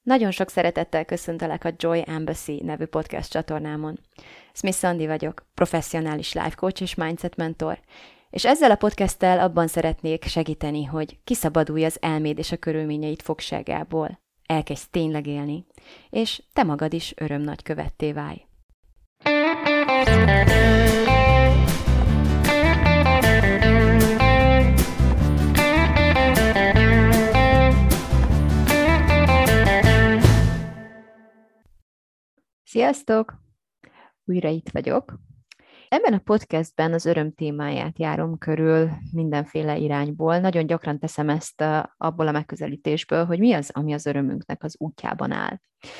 Nagyon sok szeretettel köszöntelek a Joy Embassy nevű podcast csatornámon. Smith Sandy vagyok, professzionális life coach és mindset mentor, és ezzel a podcasttel abban szeretnék segíteni, hogy kiszabadulj az elméd és a körülményeid fogságából, elkezdj tényleg élni, és te magad is öröm nagykövetté válj. Sziasztok! Újra itt vagyok. Ebben a podcastben az öröm témáját járom körül mindenféle irányból. Nagyon gyakran teszem ezt abból a megközelítésből, hogy mi az, ami az örömünknek az útjában áll.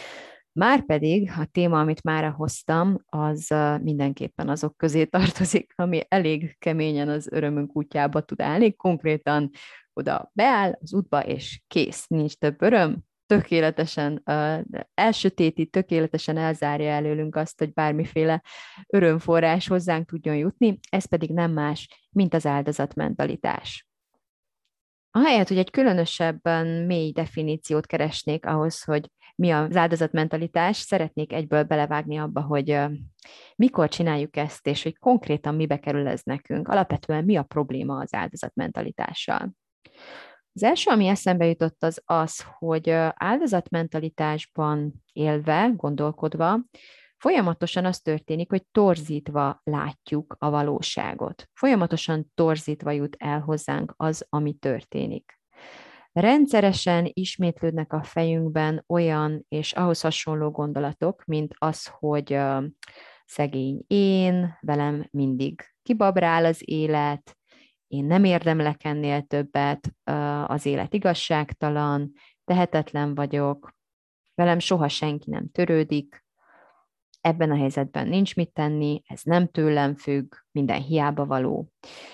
Márpedig a téma, amit mára hoztam, az mindenképpen azok közé tartozik, ami elég keményen az örömünk útjába tud állni. Konkrétan oda beáll az útba, és kész, nincs több öröm, tökéletesen elsötéti, tökéletesen elzárja előlünk azt, hogy bármiféle örömforrás hozzánk tudjon jutni, ez pedig nem más, mint az áldozatmentalitás. Ahelyett, hogy egy különösebben mély definíciót keresnék ahhoz, hogy mi az áldozatmentalitás, szeretnék egyből belevágni abba, hogy mikor csináljuk ezt, és hogy konkrétan mibe kerül ez nekünk. Alapvetően mi a probléma az áldozatmentalitással. Az első, ami eszembe jutott, az az, hogy áldozatmentalitásban élve, gondolkodva, folyamatosan az történik, hogy torzítva látjuk a valóságot. Folyamatosan torzítva jut el hozzánk az, ami történik. Rendszeresen ismétlődnek a fejünkben olyan és ahhoz hasonló gondolatok, mint az, hogy szegény én, velem mindig kibabrál az élet, én nem érdemlek ennél többet, az élet igazságtalan, tehetetlen vagyok, velem soha senki nem törődik, ebben a helyzetben nincs mit tenni, ez nem tőlem függ, minden hiába való.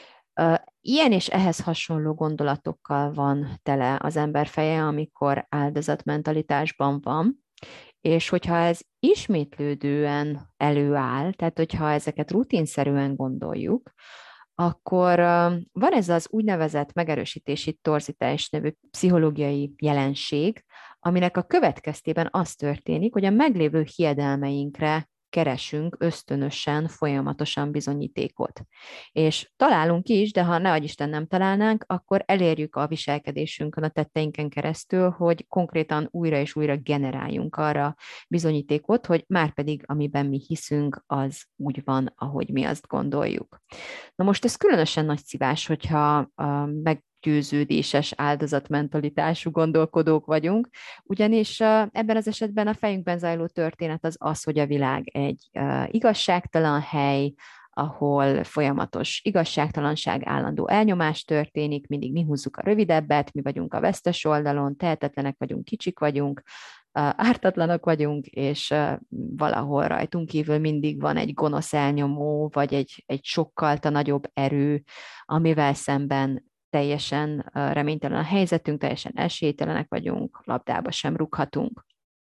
Ilyen és ehhez hasonló gondolatokkal van tele az ember feje, amikor áldozatmentalitásban van, és hogyha ez ismétlődően előáll, tehát hogyha ezeket rutinszerűen gondoljuk, akkor van ez az úgynevezett megerősítési torzítás nevű pszichológiai jelenség, aminek a következtében az történik, hogy a meglévő hiedelmeinkre keresünk ösztönösen, folyamatosan bizonyítékot. És találunk is, de ha ne adj Isten nem találnánk, akkor elérjük a viselkedésünkön, a tetteinken keresztül, hogy konkrétan újra és újra generáljunk arra bizonyítékot, hogy márpedig amiben mi hiszünk, az úgy van, ahogy mi azt gondoljuk. Na most ez különösen nagy szívás, hogyha meggyőződéses áldozatmentalitású gondolkodók vagyunk, ugyanis ebben az esetben a fejünkben zajló történet az az, hogy a világ egy igazságtalan hely, ahol folyamatos igazságtalanság, állandó elnyomás történik, mindig mi húzzuk a rövidebbet, mi vagyunk a vesztes oldalon, tehetetlenek vagyunk, kicsik vagyunk, ártatlanok vagyunk, és valahol rajtunk kívül mindig van egy gonosz elnyomó, vagy egy sokkal nagyobb erő, amivel szemben teljesen reménytelen a helyzetünk, teljesen esélytelenek vagyunk, labdába sem rúghatunk.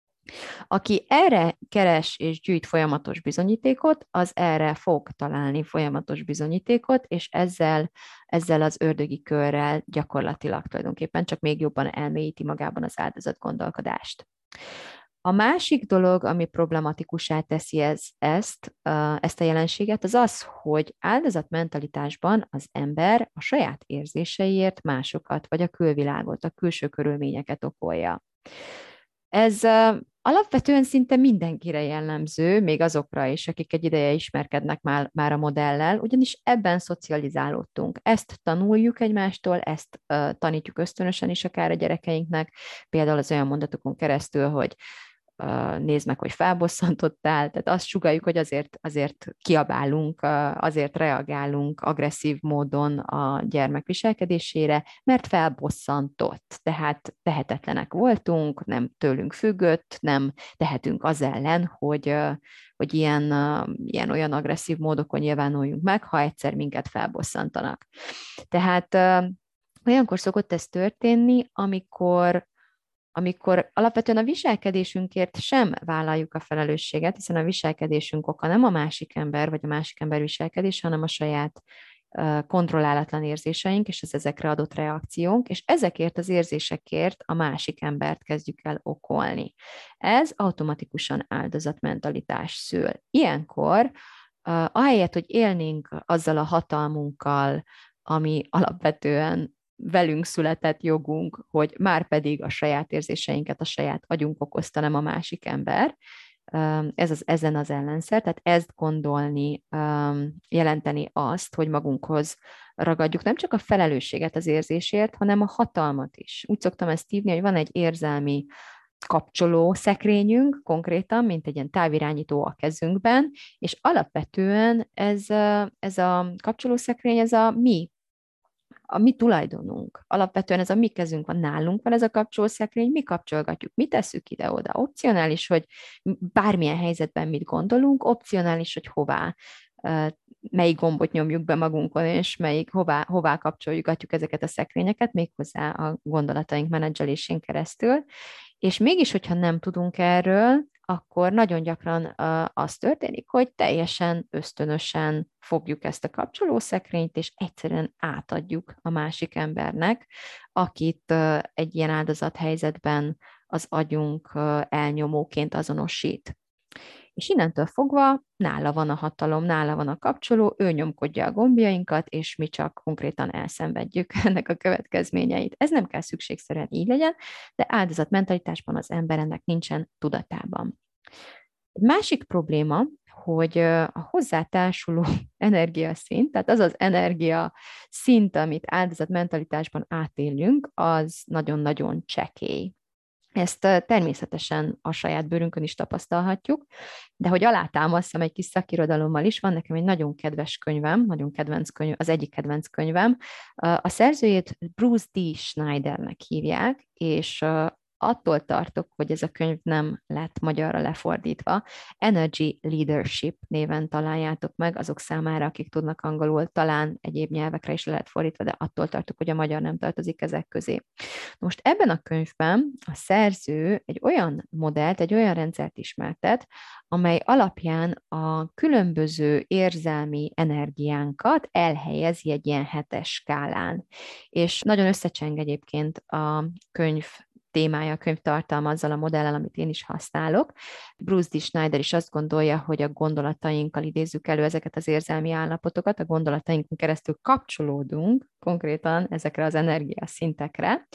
Aki erre keres és gyűjt folyamatos bizonyítékot, az erre fog találni folyamatos bizonyítékot, és ezzel az ördögi körrel gyakorlatilag tulajdonképpen csak még jobban elmélyíti magában az áldozatgondolkodást. A másik dolog, ami problematikussá teszi ezt a jelenséget, az az, hogy áldozatmentalitásban az ember a saját érzéseiért másokat, vagy a külvilágot, a külső körülményeket okolja. Ez alapvetően szinte mindenkire jellemző, még azokra is, akik egy ideje ismerkednek már a modellel, ugyanis ebben szocializálódtunk. Ezt tanuljuk egymástól, ezt tanítjuk ösztönösen is akár a gyerekeinknek, például az olyan mondatokon keresztül, hogy nézd meg, hogy felbosszantottál, tehát azt sugalljuk, hogy azért kiabálunk, azért reagálunk agresszív módon a gyermek viselkedésére, mert felbosszantott, tehát tehetetlenek voltunk, nem tőlünk függött, nem tehetünk az ellen, hogy ilyen-olyan agresszív módokon nyilvánuljunk meg, ha egyszer minket felbosszantanak. Tehát olyankor szokott ez történni, amikor alapvetően a viselkedésünkért sem vállaljuk a felelősséget, hiszen a viselkedésünk oka nem a másik ember, vagy a másik ember viselkedése, hanem a saját kontrollálatlan érzéseink, és az ezekre adott reakciónk, és ezekért az érzésekért a másik embert kezdjük el okolni. Ez automatikusan áldozatmentalitás szül. Ilyenkor, ahelyett, hogy élnénk azzal a hatalmunkkal, ami alapvetően velünk született jogunk, hogy már pedig a saját érzéseinket a saját agyunk okozta, nem a másik ember, ezen az ellenszer, tehát ezt gondolni jelenteni azt, hogy magunkhoz ragadjuk nem csak a felelősséget az érzésért, hanem a hatalmat is. Úgy szoktam ezt hívni, hogy van egy érzelmi kapcsoló szekrényünk konkrétan, mint egy ilyen távirányító a kezünkben, és alapvetően ez a kapcsoló szekrény, ez a mi tulajdonunk. Alapvetően ez a mi kezünk van, nálunk van ez a kapcsolószekrény, mi kapcsolgatjuk, mi tesszük ide-oda. Opcionális, hogy bármilyen helyzetben mit gondolunk, opcionális, hogy hová, melyik gombot nyomjuk be magunkon, és hová kapcsoljuk ezeket a szekrényeket, méghozzá a gondolataink menedzselésén keresztül. És mégis, hogyha nem tudunk erről, akkor nagyon gyakran az történik, hogy teljesen ösztönösen fogjuk ezt a kapcsolószekrényt, és egyszerűen átadjuk a másik embernek, akit egy ilyen áldozathelyzetben az agyunk elnyomóként azonosít. És innentől fogva nála van a hatalom, nála van a kapcsoló, ő nyomkodja a gombjainkat, és mi csak konkrétan elszenvedjük ennek a következményeit. Ez nem kell szükségszerűen így legyen, de áldozatmentalitásban az ember ennek nincsen tudatában. Egy másik probléma, hogy a hozzátársuló energiaszint, tehát az az energia szint, amit áldozatmentalitásban átélünk, az nagyon-nagyon csekély. Ezt természetesen a saját bőrünkön is tapasztalhatjuk, de hogy alátámasztam egy kis szakirodalommal is, van nekem egy nagyon kedves könyvem, nagyon kedvenc könyv, az egyik kedvenc könyvem. A szerzőjét Bruce D. Schneidernek hívják, és attól tartok, hogy ez a könyv nem lett magyarra lefordítva. Energy Leadership néven találjátok meg azok számára, akik tudnak angolul, talán egyéb nyelvekre is le lehet fordítva, de attól tartok, hogy a magyar nem tartozik ezek közé. Most ebben a könyvben a szerző egy olyan modellt, egy olyan rendszert ismertet, amely alapján a különböző érzelmi energiánkat elhelyezi egy ilyen 7-es skálán. És nagyon összecseng egyébként a könyv témája, a könyv tartalma azzal a modellel, amit én is használok. Bruce D. Schneider is azt gondolja, hogy a gondolatainkkal idézzük elő ezeket az érzelmi állapotokat, a gondolatainkon keresztül kapcsolódunk konkrétan ezekre az energiaszintekre,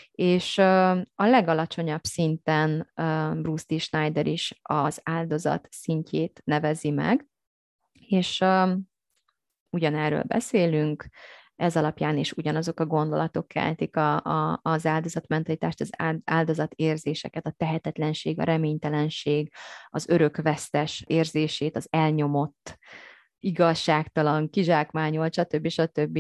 és a legalacsonyabb szinten Bruce D. Schneider is az áldozat szintjét nevezi meg, és ugyanerről beszélünk, ez alapján is ugyanazok a gondolatok keltik az áldozatmentalitást, az áldozatérzéseket, a tehetetlenség, a reménytelenség, az örökvesztes érzését, az elnyomott, igazságtalan, kizsákmányolt, stb.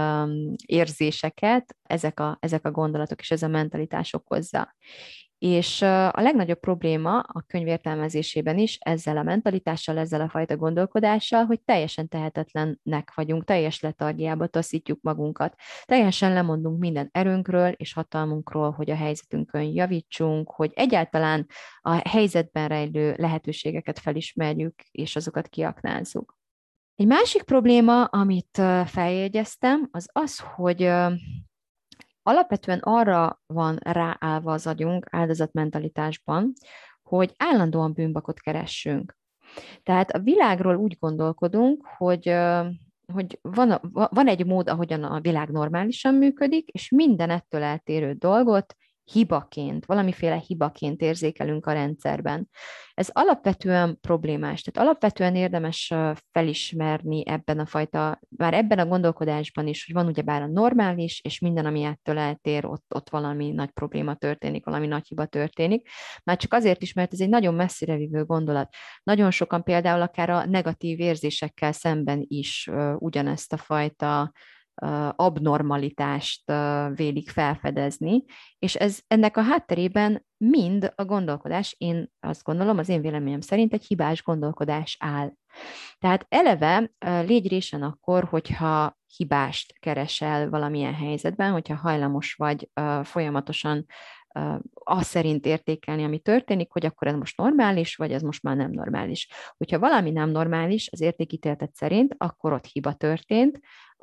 Érzéseket ezek a gondolatok és ez a mentalitás okozza. És a legnagyobb probléma a könyv értelmezésében is ezzel a mentalitással, ezzel a fajta gondolkodással, hogy teljesen tehetetlennek vagyunk, teljes letargiába taszítjuk magunkat, teljesen lemondunk minden erőnkről és hatalmunkról, hogy a helyzetünkön javítsunk, hogy egyáltalán a helyzetben rejlő lehetőségeket felismerjük és azokat kiaknázzuk. Egy másik probléma, amit feljegyeztem, az az, hogy alapvetően arra van ráállva az agyunk áldozatmentalitásban, hogy állandóan bűnbakot keressünk. Tehát a világról úgy gondolkodunk, hogy van egy mód, ahogyan a világ normálisan működik, és minden ettől eltérő dolgot hibaként, valamiféle hibaként érzékelünk a rendszerben. Ez alapvetően problémás, tehát alapvetően érdemes felismerni már ebben a gondolkodásban is, hogy van ugyebár a normális, és minden, ami ettől eltér, ott valami nagy probléma történik, valami nagy hiba történik. Már csak azért is, mert ez egy nagyon messzire vívő gondolat. Nagyon sokan például akár a negatív érzésekkel szemben is ugyanezt a fajta abnormalitást vélik felfedezni, és ennek a hátterében mind a gondolkodás, én azt gondolom, az én véleményem szerint egy hibás gondolkodás áll. Tehát eleve légy résen akkor, hogyha hibást keresel valamilyen helyzetben, hogyha hajlamos vagy folyamatosan azt szerint értékelni, ami történik, hogy akkor ez most normális, vagy ez most már nem normális. Hogyha valami nem normális az értékítéleted szerint, akkor ott hiba történt,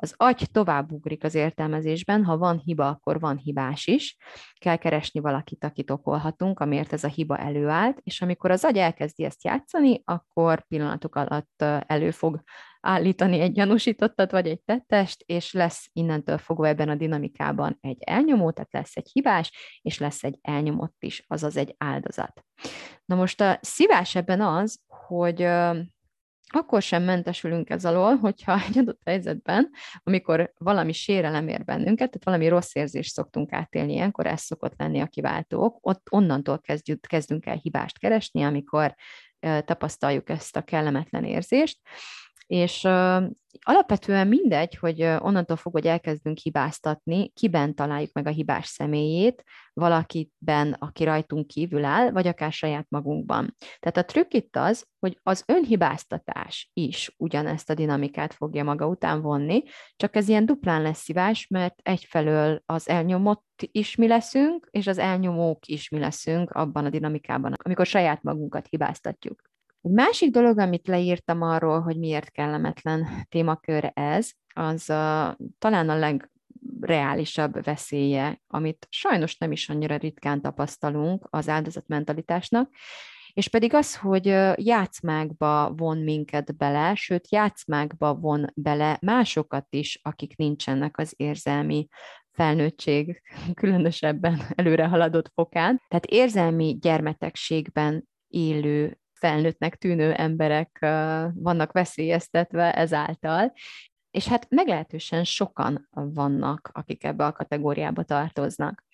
Az agy tovább ugrik az értelmezésben, ha van hiba, akkor van hibás is. Kell keresni valakit, akit okolhatunk, amiért ez a hiba előállt, és amikor az agy elkezdi ezt játszani, akkor pillanatok alatt elő fog állítani egy gyanúsítottat vagy egy tettest, és lesz innentől fogva ebben a dinamikában egy elnyomó, tehát lesz egy hibás, és lesz egy elnyomott is, azaz egy áldozat. Na most a szívás ebben az, hogy akkor sem mentesülünk ez alól, hogyha egy adott helyzetben, amikor valami sérelem ér bennünket, tehát valami rossz érzést szoktunk átélni ilyenkor, ez szokott lenni a kiváltók, ott onnantól kezdünk el hibást keresni, amikor tapasztaljuk ezt a kellemetlen érzést, és alapvetően mindegy, hogy onnantól fogva, hogy elkezdünk hibáztatni, kiben találjuk meg a hibás személyét, valakiben, aki rajtunk kívül áll, vagy akár saját magunkban. Tehát a trükk itt az, hogy az önhibáztatás is ugyanezt a dinamikát fogja maga után vonni, csak ez ilyen duplán lesz szívás, mert egyfelől az elnyomott is mi leszünk, és az elnyomók is mi leszünk abban a dinamikában, amikor saját magunkat hibáztatjuk. Egy másik dolog, amit leírtam arról, hogy miért kellemetlen témakör ez, az talán a legreálisabb veszélye, amit sajnos nem is annyira ritkán tapasztalunk az áldozatmentalitásnak, és pedig az, hogy játszmákba von minket bele, sőt játszmákba von bele másokat is, akik nincsenek az érzelmi felnőttség különösebben előre haladott fokán. Tehát érzelmi gyermetegségben élő felnőttnek tűnő emberek vannak veszélyeztetve ezáltal, és hát meglehetősen sokan vannak, akik ebbe a kategóriába tartoznak.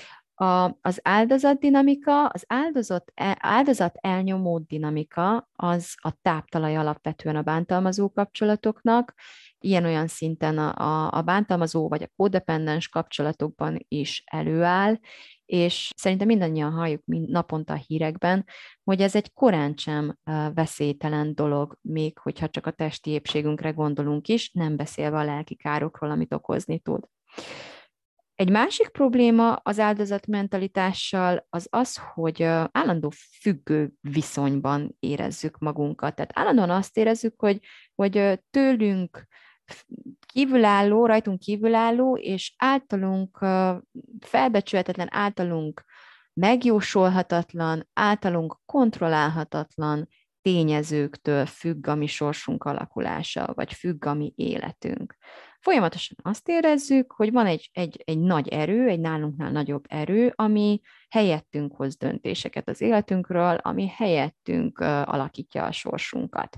Az áldozatdinamika, az áldozat elnyomó dinamika az a táptalaj alapvetően a bántalmazó kapcsolatoknak, ilyen-olyan szinten a bántalmazó vagy a kódependens kapcsolatokban is előáll, és szerintem mindannyian halljuk naponta a hírekben, hogy ez egy korán sem veszélytelen dolog, még hogyha csak a testi épségünkre gondolunk is, nem beszélve a lelki károkról, amit okozni tud. Egy másik probléma az áldozatmentalitással az az, hogy állandó függő viszonyban érezzük magunkat. Tehát állandóan azt érezzük, hogy tőlünk kívülálló, rajtunk kívülálló, és általunk felbecsülhetetlen, általunk megjósolhatatlan, általunk kontrollálhatatlan tényezőktől függ a mi sorsunk alakulása, vagy függ a mi életünk. Folyamatosan azt érezzük, hogy van egy nagy erő, egy nálunknál nagyobb erő, ami helyettünk hoz döntéseket az életünkről, ami helyettünk alakítja a sorsunkat.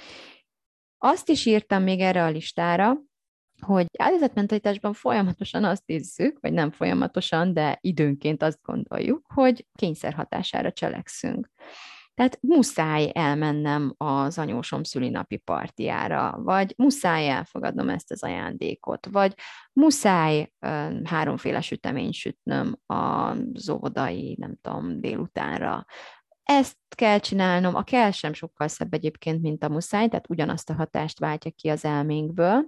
Azt is írtam még erre a listára, hogy áldozatmentalitásban folyamatosan azt hiszük, vagy nem folyamatosan, de időnként azt gondoljuk, hogy kényszer hatására cselekszünk. Tehát muszáj elmennem az anyósom szülinapi partiára, vagy muszáj elfogadnom ezt az ajándékot, vagy muszáj háromféle süteményt sütnöm az óvodai, nem tudom, délutánra. Ezt kell csinálnom, a kell sem sokkal szebb egyébként, mint a muszáj, tehát ugyanazt a hatást váltja ki az elménkből.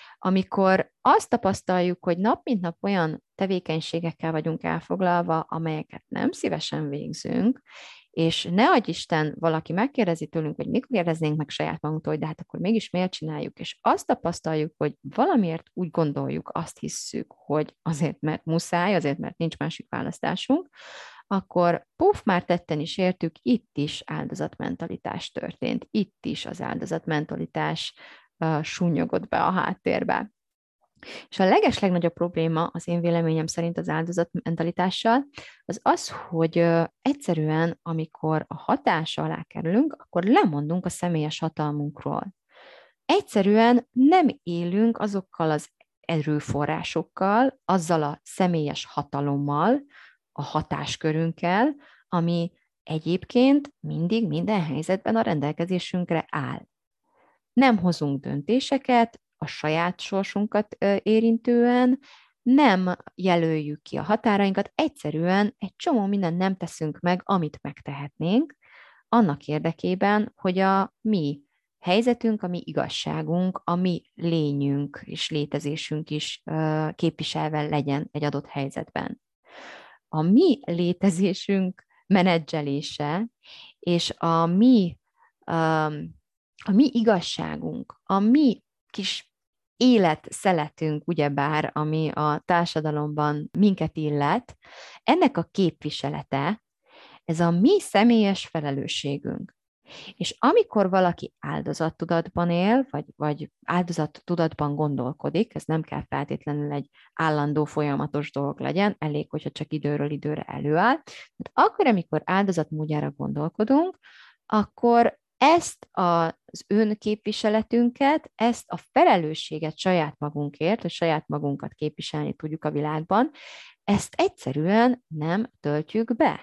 Amikor azt tapasztaljuk, hogy nap mint nap olyan tevékenységekkel vagyunk elfoglalva, amelyeket nem szívesen végzünk, és ne adj Isten, valaki megkérdezi tőlünk, hogy mikor kérdeznénk meg saját magunktól, hogy de hát akkor mégis miért csináljuk, és azt tapasztaljuk, hogy valamiért úgy gondoljuk, azt hisszük, hogy azért, mert muszáj, azért, mert nincs másik választásunk, akkor már tetten is értük, itt is áldozatmentalitás történt, itt is az áldozatmentalitás sunnyogott be a háttérbe. És a legeslegnagyobb probléma az én véleményem szerint az áldozatmentalitással az az, hogy egyszerűen, amikor a hatása alá kerülünk, akkor lemondunk a személyes hatalmunkról. Egyszerűen nem élünk azokkal az erőforrásokkal, azzal a személyes hatalommal, a hatáskörünkkel, ami egyébként mindig minden helyzetben a rendelkezésünkre áll. Nem hozunk döntéseket a saját sorsunkat érintően, nem jelöljük ki a határainkat, egyszerűen egy csomó mindent nem teszünk meg, amit megtehetnénk, annak érdekében, hogy a mi helyzetünk, a mi igazságunk, a mi lényünk és létezésünk is képviselve legyen egy adott helyzetben. A mi létezésünk menedzselése és a mi igazságunk, a mi kis életszeletünk, ugyebár, ami a társadalomban minket illet, ennek a képviselete, ez a mi személyes felelősségünk. És amikor valaki áldozattudatban él, vagy áldozattudatban gondolkodik, ez nem kell feltétlenül egy állandó, folyamatos dolog legyen, elég, hogyha csak időről időre előáll. Tehát akkor, amikor áldozatmódjára gondolkodunk, akkor ezt az önképviseletünket, ezt a felelősséget saját magunkért, hogy saját magunkat képviselni tudjuk a világban, ezt egyszerűen nem töltjük be.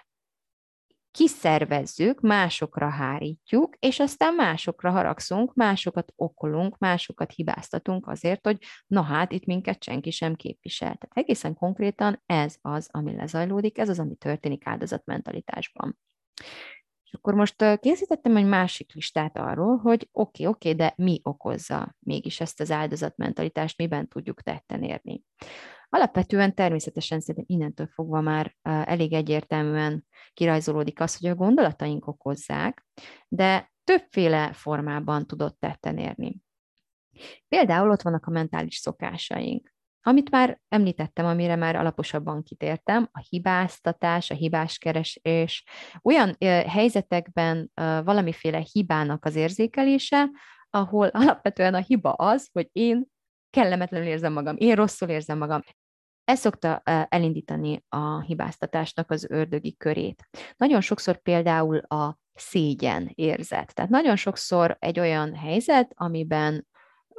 Kiszervezzük, másokra hárítjuk, és aztán másokra haragszunk, másokat okolunk, másokat hibáztatunk azért, hogy na hát, itt minket senki sem képvisel. Tehát egészen konkrétan ez az, ami lezajlódik, ez az, ami történik áldozatmentalitásban. És akkor most készítettem egy másik listát arról, hogy oké, de mi okozza mégis ezt az áldozatmentalitást, miben tudjuk tetten érni. Alapvetően természetesen szerintem innentől fogva már elég egyértelműen kirajzolódik az, hogy a gondolataink okozzák, de többféle formában tudott tetten érni. Például ott vannak a mentális szokásaink, amit már említettem, amire már alaposabban kitértem, a hibáztatás, a hibáskeresés, olyan helyzetekben valamiféle hibának az érzékelése, ahol alapvetően a hiba az, hogy én kellemetlenül érzem magam, én rosszul érzem magam. Ez szokta elindítani a hibáztatásnak az ördögi körét. Nagyon sokszor például a szégyen érzet. Tehát nagyon sokszor egy olyan helyzet, amiben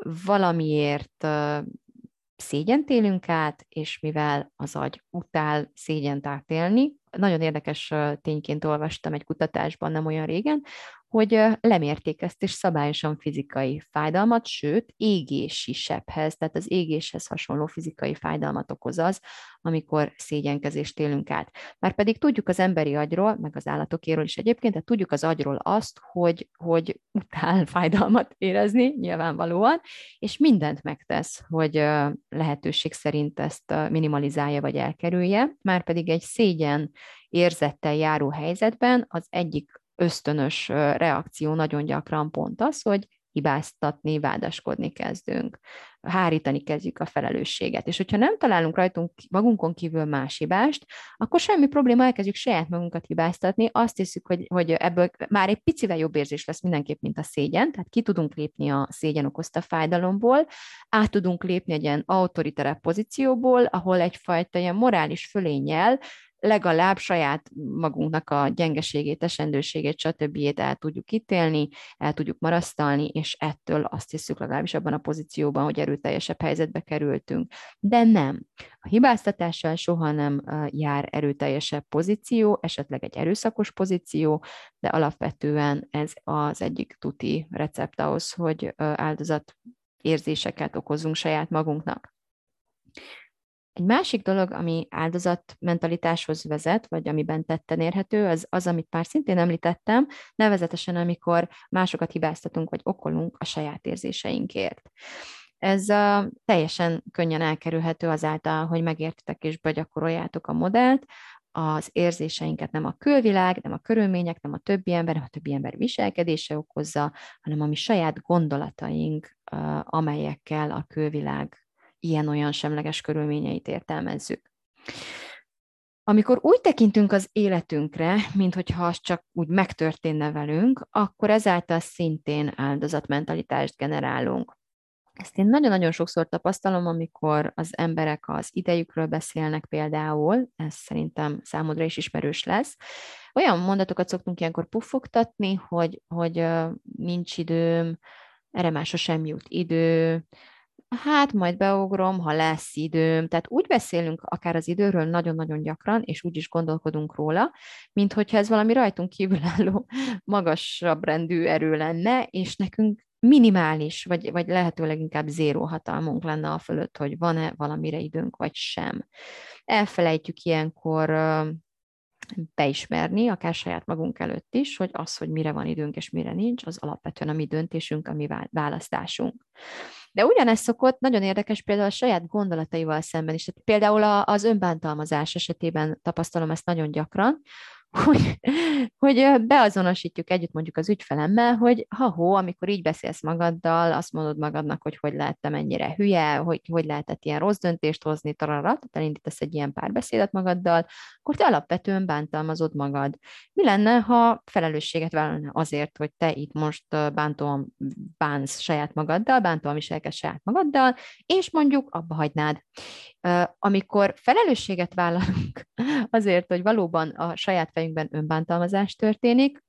valamiért szégyent élünk át, és mivel az agy utál szégyent átélni, nagyon érdekes tényként olvastam egy kutatásban nem olyan régen, hogy lemérték ezt, és szabályosan fizikai fájdalmat, sőt, égési sebhez, tehát az égéshez hasonló fizikai fájdalmat okoz az, amikor szégyenkezést élünk át. Márpedig tudjuk az emberi agyról, meg az állatokéről is egyébként, tehát tudjuk az agyról azt, hogy utál fájdalmat érezni, nyilvánvalóan, és mindent megtesz, hogy lehetőség szerint ezt minimalizálja vagy elkerülje, márpedig egy szégyen érzettel járó helyzetben az egyik ösztönös reakció nagyon gyakran pont az, hogy hibáztatni, vádaskodni kezdünk, hárítani kezdjük a felelősséget. És hogyha nem találunk rajtunk magunkon kívül más hibást, akkor semmi probléma, elkezdjük saját magunkat hibáztatni, azt hiszük, hogy ebből már egy picivel jobb érzés lesz mindenképp, mint a szégyen, tehát ki tudunk lépni a szégyen okozta fájdalomból, át tudunk lépni egy ilyen autoriterebb pozícióból, ahol egyfajta ilyen morális fölénnyel legalább saját magunknak a gyengeségét, esendőségét, stb. El tudjuk ítélni, el tudjuk marasztalni, és ettől azt hiszük legalábbis abban a pozícióban, hogy erőteljesebb helyzetbe kerültünk. De nem. A hibáztatással soha nem jár erőteljesebb pozíció, esetleg egy erőszakos pozíció, de alapvetően ez az egyik tuti recept ahhoz, hogy áldozat érzéseket okozunk saját magunknak. Egy másik dolog, ami áldozatmentalitáshoz vezet, vagy amiben tetten érhető, az, amit már szintén említettem, nevezetesen, amikor másokat hibáztatunk, vagy okolunk a saját érzéseinkért. Ez teljesen könnyen elkerülhető azáltal, hogy megértitek és begyakoroljátok a modellt, az érzéseinket nem a külvilág, nem a körülmények, nem a többi ember, nem a többi ember viselkedése okozza, hanem a mi saját gondolataink, amelyekkel a külvilág ilyen-olyan semleges körülményeit értelmezzük. Amikor úgy tekintünk az életünkre, minthogyha az csak úgy megtörténne velünk, akkor ezáltal szintén áldozatmentalitást generálunk. Ezt én nagyon-nagyon sokszor tapasztalom, amikor az emberek az idejükről beszélnek például, ez szerintem számodra is ismerős lesz. Olyan mondatokat szoktunk ilyenkor puffogtatni, hogy nincs időm, erre már sosem jut idő, hát majd beugrom, ha lesz időm. Tehát úgy beszélünk akár az időről nagyon-nagyon gyakran, és úgy is gondolkodunk róla, mint hogyha ez valami rajtunk kívülálló magasabb rendű erő lenne, és nekünk minimális, vagy lehetőleg inkább zéró hatalmunk lenne a fölött, hogy van-e valamire időnk, vagy sem. Elfelejtjük ilyenkor beismerni, akár saját magunk előtt is, hogy az, hogy mire van időnk és mire nincs, az alapvetően a mi döntésünk, a mi választásunk. De ugyanezt szokott, nagyon érdekes például a saját gondolataival szemben is. Például az önbántalmazás esetében tapasztalom ezt nagyon gyakran, hogy, hogy beazonosítjuk együtt mondjuk az ügyfelemmel, hogy amikor így beszélsz magaddal, azt mondod magadnak, hogy lehettem ennyire hülye, hogy lehetett ilyen rossz döntést hozni, tarara, tehát elindítasz egy ilyen párbeszédet magaddal, akkor te alapvetően bántalmazod magad. Mi lenne, ha felelősséget vállalna azért, hogy te itt most bántóan bánsz saját magaddal, bántóan viselkedsz saját magaddal, és mondjuk abba hagynád. Amikor felelősséget vállalunk azért, hogy valóban a saját fejünkben önbántalmazás történik,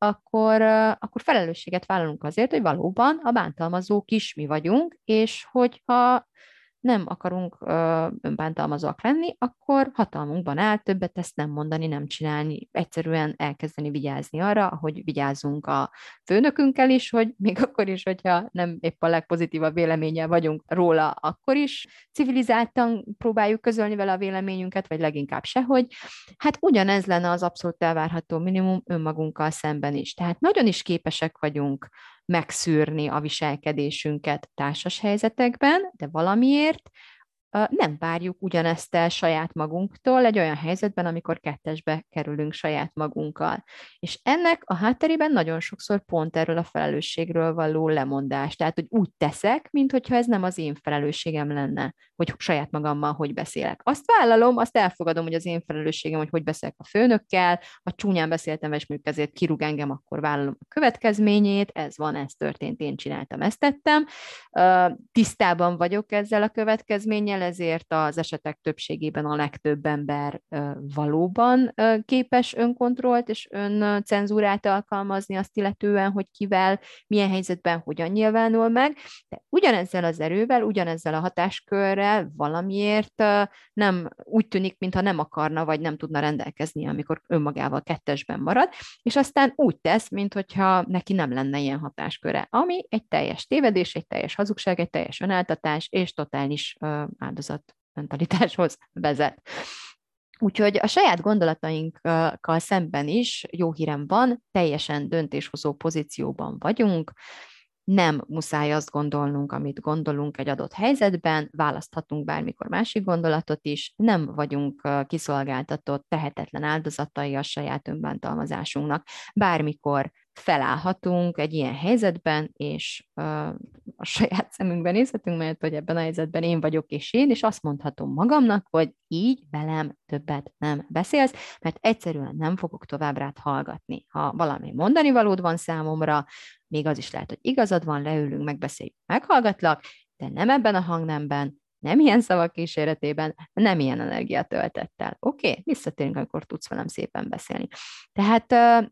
akkor felelősséget vállalunk azért, hogy valóban a bántalmazók is mi vagyunk, és hogyha nem akarunk önbántalmazóak lenni, akkor hatalmunkban áll többet ezt nem mondani, nem csinálni, egyszerűen elkezdeni vigyázni arra, hogy vigyázzunk a főnökünkkel is, hogy még akkor is, hogyha nem épp a legpozitívabb véleménnyel vagyunk róla, akkor is civilizáltan próbáljuk közölni vele a véleményünket, vagy leginkább sehogy. Hát ugyanez lenne az abszolút elvárható minimum önmagunkkal szemben is. Tehát nagyon is képesek vagyunk megszűrni a viselkedésünket társas helyzetekben, de valamiért nem várjuk ugyanezt el saját magunktól egy olyan helyzetben, amikor kettesbe kerülünk saját magunkkal. És ennek a hátterében nagyon sokszor pont erről a felelősségről való lemondás. Tehát, hogy úgy teszek, mintha ez nem az én felelősségem lenne, hogy saját magammal hogy beszélek. Azt vállalom, azt elfogadom, hogy az én felelősségem, hogy beszélek a főnökkel, ha csúnyán beszéltem, és mondjuk ezért kirúg engem, akkor vállalom a következményét, ez van, ez történt, én csináltam, ezt tettem. Tisztában vagyok ezzel a következménnyel, ezért az esetek többségében a legtöbb ember valóban képes önkontrollt és öncenzúrát alkalmazni azt illetően, hogy kivel, milyen helyzetben hogyan nyilvánul meg, de ugyanezzel az erővel, ugyanezzel a hatáskörrel valamiért nem úgy tűnik, mintha nem akarna, vagy nem tudna rendelkezni, amikor önmagával kettesben marad, és aztán úgy tesz, mintha neki nem lenne ilyen hatásköre, ami egy teljes tévedés, egy teljes hazugság, egy teljes önáltatás, és totális áldozatmentalitáshoz vezet. Úgyhogy a saját gondolatainkkal szemben is jó hírem van, teljesen döntéshozó pozícióban vagyunk, nem muszáj azt gondolnunk, amit gondolunk egy adott helyzetben, választhatunk bármikor másik gondolatot is, nem vagyunk kiszolgáltatott, tehetetlen áldozatai a saját önbántalmazásunknak. Bármikor felállhatunk egy ilyen helyzetben, és a saját szemünkben nézhetünk, mert hogy ebben a helyzetben én vagyok és én, és azt mondhatom magamnak, hogy így velem többet nem beszélsz, mert egyszerűen nem fogok tovább rád hallgatni. Ha valami mondani valód van számomra, még az is lehet, hogy igazad van, leülünk, megbeszéljük, meghallgatlak, de nem ebben a hangnemben, nem ilyen szavak kíséretében, nem ilyen energiatöltettel. Oké? Visszatérünk, amikor tudsz velem szépen beszélni. Tehát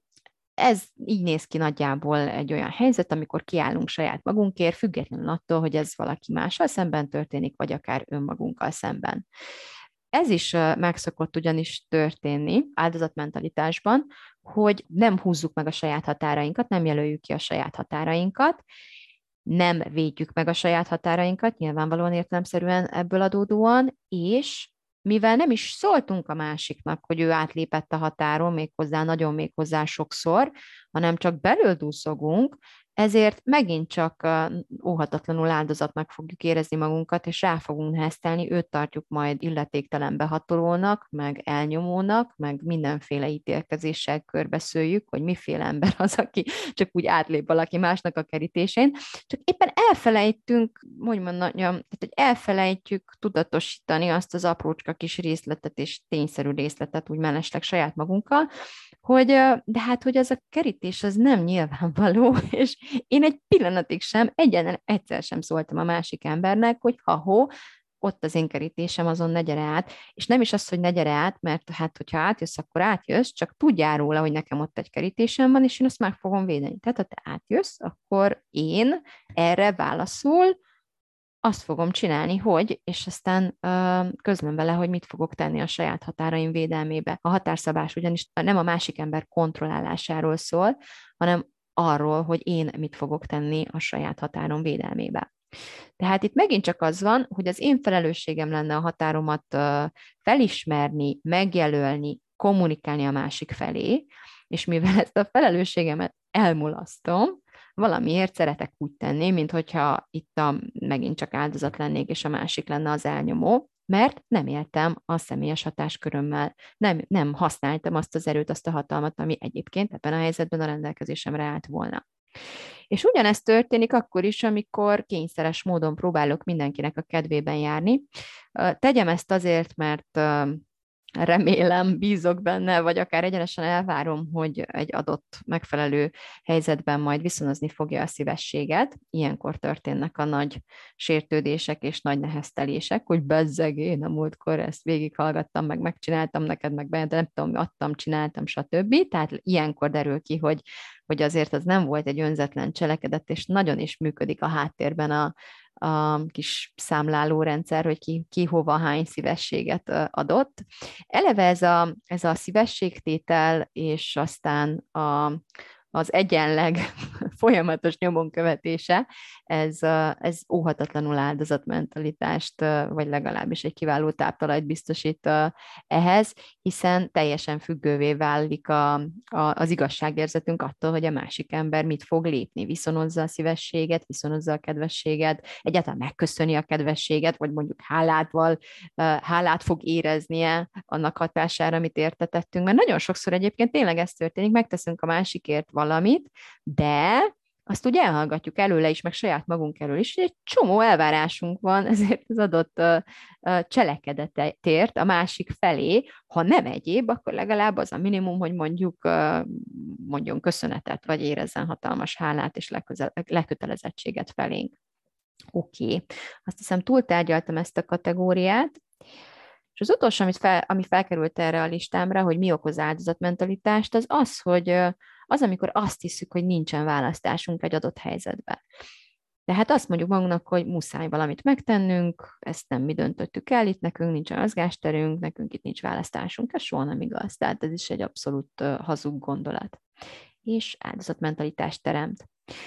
ez így néz ki nagyjából egy olyan helyzet, amikor kiállunk saját magunkért, függetlenül attól, hogy ez valaki mással szemben történik, vagy akár önmagunkkal szemben. Ez is meg szokott ugyanis történni áldozatmentalitásban, hogy nem húzzuk meg a saját határainkat, nem jelöljük ki a saját határainkat, nem védjük meg a saját határainkat, nyilvánvalóan értelemszerűen ebből adódóan, és mivel nem is szóltunk a másiknak, hogy ő átlépett a határon, méghozzá nagyon méghozzá sokszor, hanem csak belül dúszogunk, ezért megint csak óhatatlanul áldozatnak fogjuk érezni magunkat, és rá fogunk neheztelni, őt tartjuk majd illetéktelen behatolónak, meg elnyomónak, meg mindenféle ítélkezéssel körbeszöljük, hogy miféle ember az, aki csak úgy átlép valaki másnak a kerítésén. Csak éppen elfelejtünk, hogy mondjam, tehát hogy elfelejtjük tudatosítani azt az aprócska kis részletet és tényszerű részletet úgy mellesleg saját magunkkal, hogy de hát, hogy ez a kerítés az nem nyilvánvaló, és én egy pillanatig sem, egyszer sem szóltam a másik embernek, hogy ott az én kerítésem, azon ne gyere át, és nem is az, hogy ne gyere át, mert hát, hogyha átjössz, akkor átjössz, csak tudjál róla, hogy nekem ott egy kerítésem van, és én azt meg fogom védeni. Tehát, ha te átjössz, akkor én erre válaszul azt fogom csinálni, és aztán közlöm vele, hogy mit fogok tenni a saját határaim védelmébe. A határszabás ugyanis nem a másik ember kontrollálásáról szól, hanem arról, hogy én mit fogok tenni a saját határom védelmébe. Tehát itt megint csak az van, hogy az én felelősségem lenne a határomat felismerni, megjelölni, kommunikálni a másik felé, és mivel ezt a felelősségemet elmulasztom, valamiért szeretek úgy tenni, mint hogyha itt megint csak áldozat lennék, és a másik lenne az elnyomó. mert nem éltem a személyes hatáskörömmel, nem használtam azt az erőt, azt a hatalmat, ami egyébként ebben a helyzetben a rendelkezésemre állt volna. És ugyanezt történik akkor is, amikor kényszeres módon próbálok mindenkinek a kedvében járni. Tegyem ezt azért, mert remélem, bízok benne, vagy akár egyenesen elvárom, hogy egy adott megfelelő helyzetben majd viszonozni fogja a szívességet. Ilyenkor történnek a nagy sértődések és nagy neheztelések, hogy bezzeg, én a múltkor ezt végighallgattam, meg megcsináltam neked, meg benne, de nem tudom, adtam, csináltam, stb. Tehát ilyenkor derül ki, hogy azért az nem volt egy önzetlen cselekedet, és nagyon is működik a háttérben a kis számlálórendszer, hogy ki hova hány szívességet adott. Eleve ez a szívességtétel, és aztán az egyenleg folyamatos nyomon követése, ez óhatatlanul áldozatmentalitást, vagy legalábbis egy kiváló táptalajt biztosít ehhez, hiszen teljesen függővé válik az igazságérzetünk attól, hogy a másik ember mit fog lépni, viszonozza a szívességet, viszonozza a kedvességet, egyáltalán megköszöni a kedvességet, vagy mondjuk hálát fog éreznie annak hatására, amit értetettünk, mert nagyon sokszor egyébként tényleg ez történik, megteszünk a másikért valamit, de azt úgy elhallgatjuk előle is, meg saját magunk elől is, hogy egy csomó elvárásunk van ezért az adott cselekedetért a másik felé, ha nem egyéb, akkor legalább az a minimum, hogy mondjon köszönetet, vagy érezzen hatalmas hálát és lekötelezettséget felénk. Oké. Azt hiszem túltárgyaltam ezt a kategóriát, és az utolsó, ami felkerült erre a listámra, hogy mi okoz áldozatmentalitást, az, hogy amikor azt hiszük, hogy nincsen választásunk egy adott helyzetben. Tehát azt mondjuk magunknak, hogy muszáj valamit megtennünk, ezt nem mi döntöttük el, itt nekünk nincsen mozgásterünk, nekünk itt nincs választásunk, ez soha nem igaz. Tehát ez is egy abszolút hazug gondolat. És áldozatmentalitást teremt.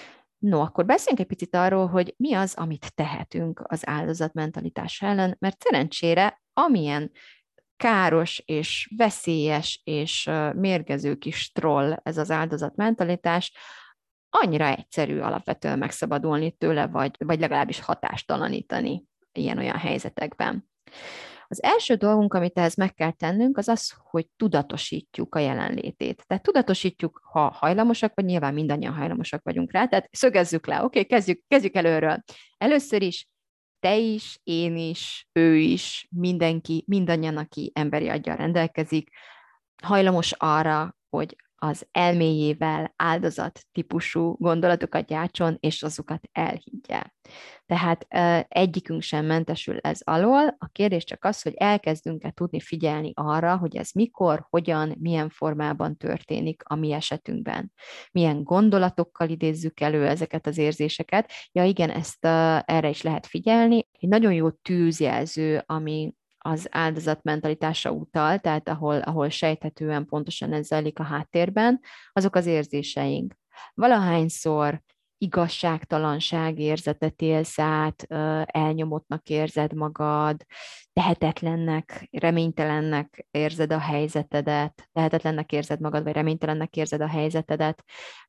No, akkor beszéljünk egy picit arról, hogy mi az, amit tehetünk az áldozatmentalitás ellen, mert szerencsére amilyen káros és veszélyes és mérgező kis troll ez az áldozatmentalitás, annyira egyszerű alapvetően megszabadulni tőle, vagy legalábbis hatástalanítani ilyen-olyan helyzetekben. Az első dolgunk, amit ehhez meg kell tennünk, az, hogy tudatosítjuk a jelenlétét. Tehát tudatosítjuk, ha hajlamosak, vagy nyilván mindannyian hajlamosak vagyunk rá, tehát szögezzük le, oké, kezdjük előről. Először is te is, én is, ő is, mindenki, mindannyian, aki emberi aggyal rendelkezik, hajlamos arra, hogy az elméjével áldozat típusú gondolatokat gyártson, és azokat elhiggye. Tehát egyikünk sem mentesül ez alól. A kérdés csak az, hogy elkezdünk-e tudni figyelni arra, hogy ez mikor, hogyan, milyen formában történik a mi esetünkben. Milyen gondolatokkal idézzük elő ezeket az érzéseket. Ja igen, erre is lehet figyelni. Egy nagyon jó tűzjelző, ami az áldozatmentalitásra utal, tehát ahol sejthetően pontosan ez zajlik a háttérben, azok az érzéseink. Valahányszor igazságtalanság érzetet élsz át, elnyomottnak érzed magad, tehetetlennek, reménytelennek érzed a helyzetedet, tehetetlennek érzed magad, vagy reménytelennek érzed a helyzetedet,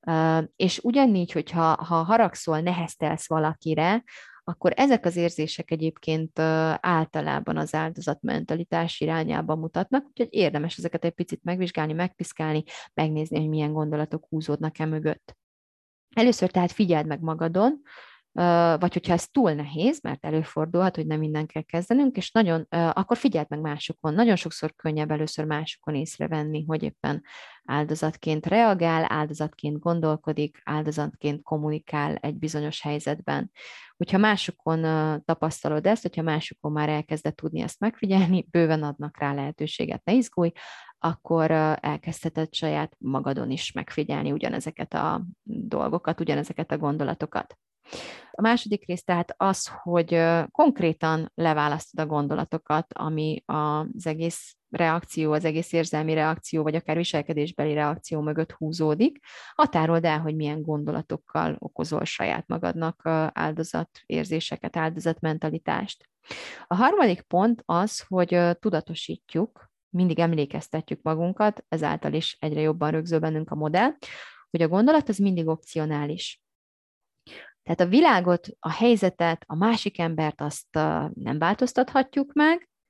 és ugyanígy, hogyha haragszol, neheztelsz valakire, akkor ezek az érzések egyébként általában az áldozatmentalitás irányába mutatnak, úgyhogy érdemes ezeket egy picit megvizsgálni, megpiszkálni, megnézni, hogy milyen gondolatok húzódnak mögött. Először tehát figyeld meg magadon, vagy hogyha ez túl nehéz, mert előfordulhat, hogy nem minden kell kezdenünk, és akkor figyeld meg másokon. Nagyon sokszor könnyebb először másokon észrevenni, hogy éppen áldozatként reagál, áldozatként gondolkodik, áldozatként kommunikál egy bizonyos helyzetben. Hogyha másokon tapasztalod ezt, hogyha másokon már elkezded tudni ezt megfigyelni, bőven adnak rá lehetőséget, ne izgulj, akkor elkezdheted saját magadon is megfigyelni ugyanezeket a dolgokat, ugyanezeket a gondolatokat. A második rész tehát az, hogy konkrétan leválasztod a gondolatokat, ami az egész reakció, az egész érzelmi reakció, vagy akár viselkedésbeli reakció mögött húzódik. Határold el, hogy milyen gondolatokkal okozol saját magadnak áldozatérzéseket, áldozatmentalitást. A harmadik pont az, hogy tudatosítjuk, mindig emlékeztetjük magunkat, ezáltal is egyre jobban rögzül bennünk a modell, hogy a gondolat az mindig opcionális. Tehát a világot, a helyzetet, a másik embert azt nem változtathatjuk meg,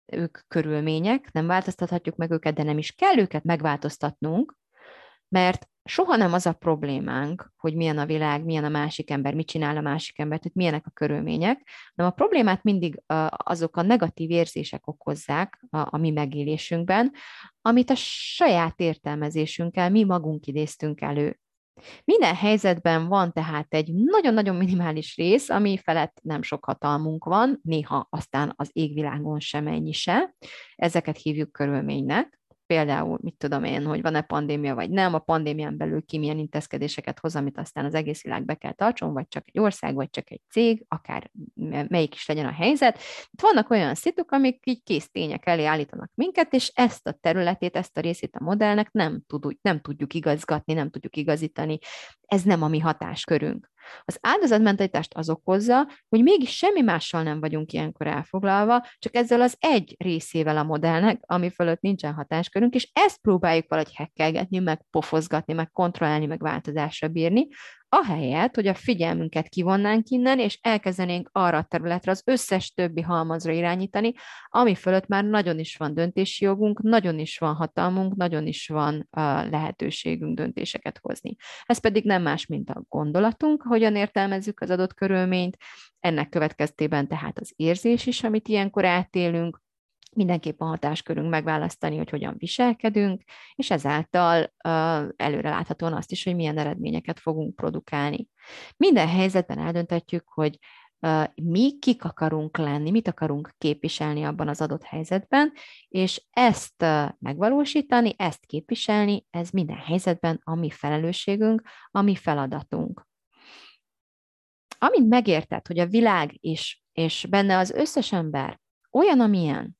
ők körülmények, nem változtathatjuk meg őket, de nem is kell őket megváltoztatnunk, mert soha nem az a problémánk, hogy milyen a világ, milyen a másik ember, mit csinál a másik ember, tehát milyenek a körülmények, hanem a problémát mindig azok a negatív érzések okozzák a mi megélésünkben, amit a saját értelmezésünkkel mi magunk idéztünk elő. Minden helyzetben van tehát egy nagyon-nagyon minimális rész, ami felett nem sok hatalmunk van, néha aztán az égvilágon sem ennyi se. Ezeket hívjuk körülménynek. Például, mit tudom én, hogy van-e pandémia, vagy nem, a pandémián belül ki milyen intézkedéseket hoz, amit aztán az egész világ be kell tartson, vagy csak egy ország, vagy csak egy cég, akár melyik is legyen a helyzet. Itt vannak olyan szituk, amik így kész tények elé állítanak minket, és ezt a területét, ezt a részét a modellnek nem tudjuk igazgatni, nem tudjuk igazítani. Ez nem a mi hatáskörünk. Az áldozatmentalitást az okozza, hogy mégis semmi mással nem vagyunk ilyenkor elfoglalva, csak ezzel az egy részével a modellnek, ami fölött nincsen hatáskörünk, és ezt próbáljuk valahogy hekkelgetni, meg pofozgatni, meg kontrollálni, meg változásra bírni, ahelyett, hogy a figyelmünket kivonnánk innen, és elkezdenénk arra a területre, az összes többi halmazra irányítani, ami fölött már nagyon is van döntési jogunk, nagyon is van hatalmunk, nagyon is van lehetőségünk döntéseket hozni. Ez pedig nem más, mint a gondolatunk, hogyan értelmezzük az adott körülményt, ennek következtében tehát az érzés is, amit ilyenkor átélünk, mindenképpen hatáskörünk megválasztani, hogy hogyan viselkedünk, és ezáltal előreláthatóan azt is, hogy milyen eredményeket fogunk produkálni. Minden helyzetben eldönthetjük, hogy mi kik akarunk lenni, mit akarunk képviselni abban az adott helyzetben, és ezt megvalósítani, ezt képviselni, ez minden helyzetben a mi felelősségünk, a mi feladatunk. Amint megérted, hogy a világ is, és benne az összes ember olyan, amilyen,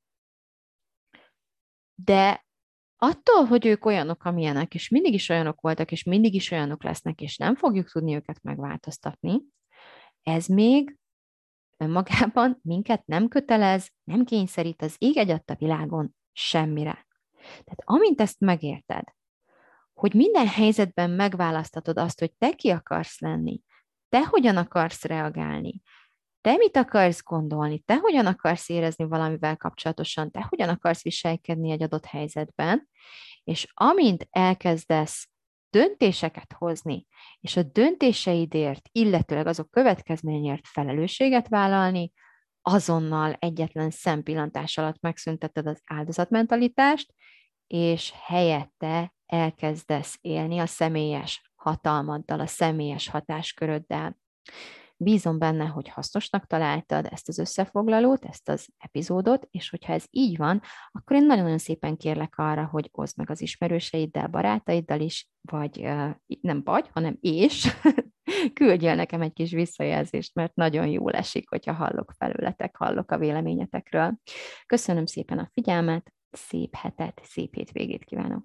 de attól, hogy ők olyanok, amilyenek, és mindig is olyanok voltak, és mindig is olyanok lesznek, és nem fogjuk tudni őket megváltoztatni, ez még önmagában minket nem kötelez, nem kényszerít az ég egyatt a világon semmire. Tehát amint ezt megérted, hogy minden helyzetben megválasztatod azt, hogy te ki akarsz lenni, te hogyan akarsz reagálni, te mit akarsz gondolni, te hogyan akarsz érezni valamivel kapcsolatosan, te hogyan akarsz viselkedni egy adott helyzetben, és amint elkezdesz döntéseket hozni, és a döntéseidért, illetőleg azok következményért felelősséget vállalni, azonnal egyetlen szempillantás alatt megszünteted az áldozatmentalitást, és helyette elkezdesz élni a személyes hatalmaddal, a személyes hatásköröddel. Bízom benne, hogy hasznosnak találtad ezt az összefoglalót, ezt az epizódot, és hogyha ez így van, akkor én nagyon-nagyon szépen kérlek arra, hogy oszd meg az ismerőseiddel, barátaiddal is, vagy nem vagy, hanem és küldjél nekem egy kis visszajelzést, mert nagyon jól esik, hogyha hallok felőletek, hallok a véleményetekről. Köszönöm szépen a figyelmet, szép hetet, szép hétvégét kívánok!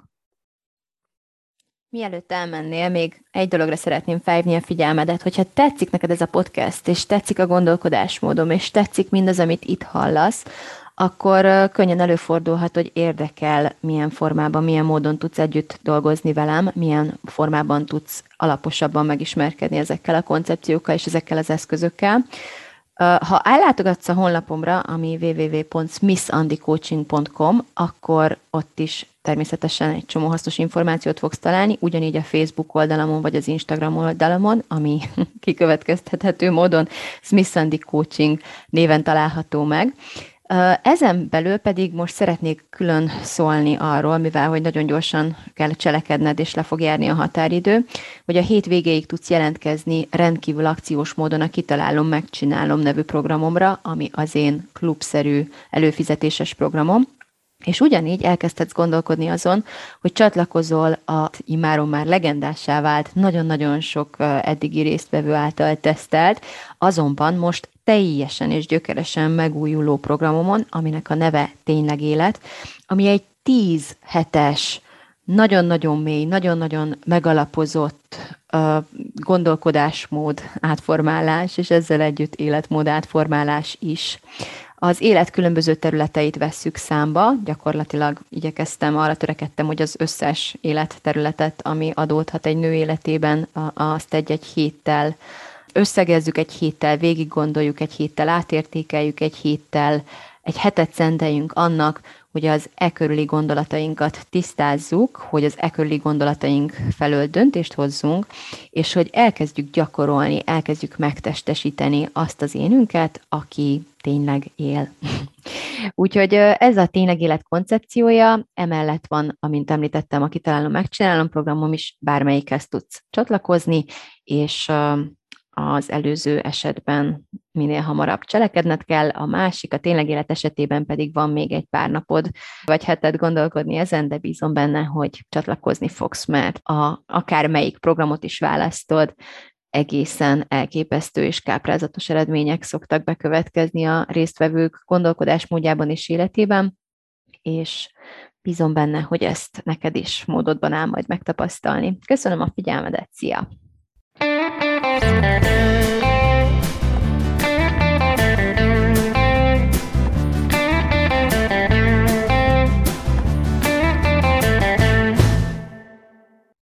Mielőtt elmennél, még egy dologra szeretném felhívni a figyelmedet, hogyha tetszik neked ez a podcast, és tetszik a gondolkodásmódom, és tetszik mindaz, amit itt hallasz, akkor könnyen előfordulhat, hogy érdekel, milyen formában, milyen módon tudsz együtt dolgozni velem, milyen formában tudsz alaposabban megismerkedni ezekkel a koncepciókkal és ezekkel az eszközökkel. Ha ellátogatsz a honlapomra, ami www.smithandicoaching.com, akkor ott is természetesen egy csomó hasznos információt fogsz találni, ugyanígy a Facebook oldalamon vagy az Instagram oldalamon, ami kikövetkeztethető módon Smith Andi Coaching néven található meg. Ezen belül pedig most szeretnék külön szólni arról, mivel hogy nagyon gyorsan kell cselekedned, és le fog járni a határidő, hogy a hét végéig tudsz jelentkezni rendkívül akciós módon a Kitalálom, Megcsinálom nevű programomra, ami az én klubszerű előfizetéses programom. És ugyanígy elkezdhetsz gondolkodni azon, hogy csatlakozol a immáron már legendássá vált, nagyon-nagyon sok eddigi résztvevő által tesztelt, azonban most teljesen és gyökeresen megújuló programomon, aminek a neve Tényleg Élet, ami egy 10 hetes, nagyon-nagyon mély, nagyon-nagyon megalapozott gondolkodásmód átformálás, és ezzel együtt életmód átformálás is. Az élet különböző területeit vesszük számba, gyakorlatilag arra törekedtem, hogy az összes életterületet, ami adódhat egy nő életében, azt egy héttel összegezzük, egy héttel végig gondoljuk, egy héttel átértékeljük, egy héttel egy hetet szenteljünk annak, hogy az e körüli gondolatainkat tisztázzuk, hogy az e körüli gondolataink felől döntést hozzunk, és hogy elkezdjük gyakorolni, elkezdjük megtestesíteni azt az énünket, aki tényleg él. Úgyhogy ez a tényleg élet koncepciója, emellett van, amint említettem, a Kitalálom, Megcsinálom programom is, bármelyikhez tudsz csatlakozni, és az előző esetben minél hamarabb cselekedned kell, a másik, a tényleg élet esetében pedig van még egy pár napod, vagy heted gondolkodni ezen, de bízom benne, hogy csatlakozni fogsz, mert akármelyik programot is választod, egészen elképesztő és káprázatos eredmények szoktak bekövetkezni a résztvevők gondolkodásmódjában és életében, és bízom benne, hogy ezt neked is módodban áll majd megtapasztalni. Köszönöm a figyelmedet, szia!